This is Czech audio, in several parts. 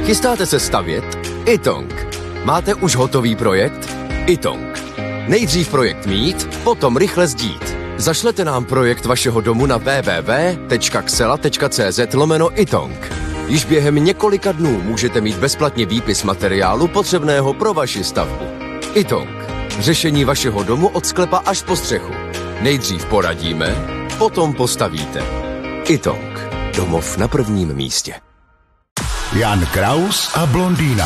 Chystáte se stavět? Itong. Máte už hotový projekt? Itong. Nejdřív projekt mít, potom rychle sdít. Zašlete nám projekt vašeho domu na www.xela.cz/itong. Již během několika dnů můžete mít bezplatně výpis materiálu potřebného pro vaši stavbu. Itong. Řešení vašeho domu od sklepa až po střechu. Nejdřív poradíme, potom postavíte. Itong. Domov na prvním místě. Jan Kraus a blondýna.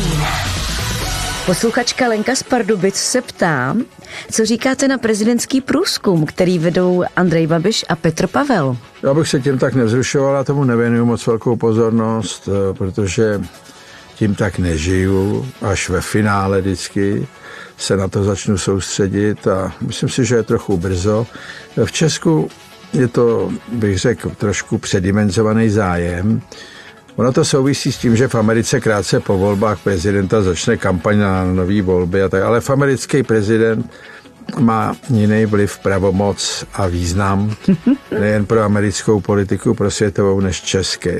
Posluchačka Lenka z Pardubic se ptá, co říkáte na prezidentský průzkum, který vedou Andrej Babiš a Petr Pavel? Já bych se tím tak nevzrušoval a tomu nevěnuju moc velkou pozornost, protože tím tak nežiju. Až ve finále vždycky se na to začnu soustředit a myslím si, že je trochu brzo. V Česku je to, bych řekl, trošku předimenzovaný zájem. Ono to souvisí s tím, že v Americe krátce po volbách prezidenta začne kampaň na nový volby, ale v americký prezident má jiný vliv, pravomoc a význam nejen pro americkou politiku, pro světovou, než český.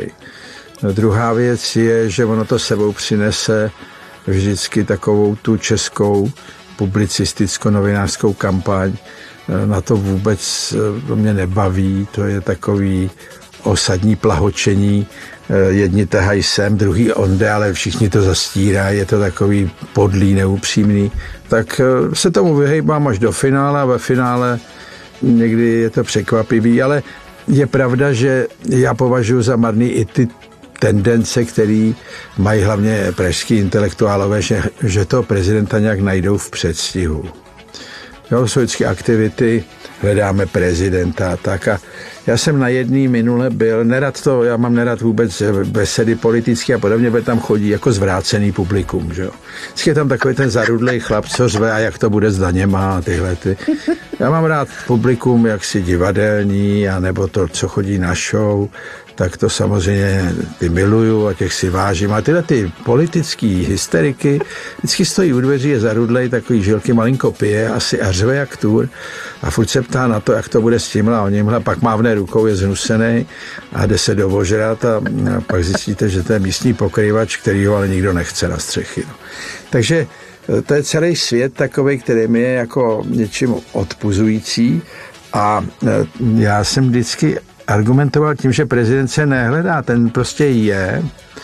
Druhá věc je, že ono to sebou přinese vždycky takovou tu českou publicisticko-novinářskou kampaň. Na to vůbec mě nebaví, to je takový osadní plahočení. Jedni tahají sem, druhý onde, ale všichni to zastírají, je to takový podlý, neupřímný. Tak se tomu vyhejbám až do finále a ve finále někdy je to překvapivý, ale je pravda, že já považuji za marný i ty tendence, které mají hlavně pražský intelektuálové, že toho prezidenta nějak najdou v předstihu. Jo, jsou vždycky aktivity, hledáme prezidenta a tak. A já jsem na jedný minule byl, já mám nerad vůbec besedy politické a podobně, protože tam chodí jako zvrácený publikum, že jo. Vždycky je tam takový ten zarudlej chlap, co řve a jak to bude s daněma a tyhle ty. Já mám rád publikum jaksi divadelní, anebo to, co chodí na show, tak to samozřejmě ty miluju a těch si vážím. A tyhle ty politický hysteriky vždycky stojí u dveří, je zarudlej, takový žilky malinko pije asi a řve jak tůr a furt se ptá na to, jak to bude s tímhle a o němhle, pak mávne rukou, je zhnusený a jde se dovožrat a pak zjistíte, že to je místní pokrývač, který ho ale nikdo nechce na střechy. No. Takže to je celý svět takovej, který mi je jako něčím odpuzující a já jsem vždycky argumentoval tím, že prezident se nehledá, ten prostě je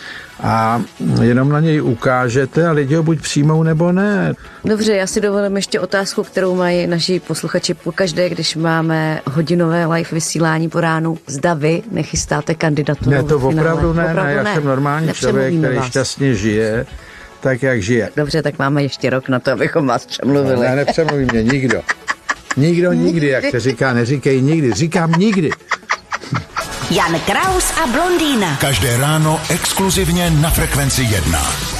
a jenom na něj ukážete a lidi ho buď přijmou nebo ne. Dobře, já si dovolím ještě otázku, kterou mají naši posluchači pokaždé, když máme hodinové live vysílání po ránu. Zda vy nechystáte kandidaturu? Ne, to opravdu ne, já jsem normální člověk, který šťastně žije, tak jak žije. Dobře, tak máme ještě rok na to, abychom vás přemluvili. Ne, nepřemluví mě nikdo. Nikdo nikdy, jak se říká, neříkej nikdy, říkám nikdy. Jan Kraus a blondýna. Každé ráno exkluzivně na Frekvenci 1.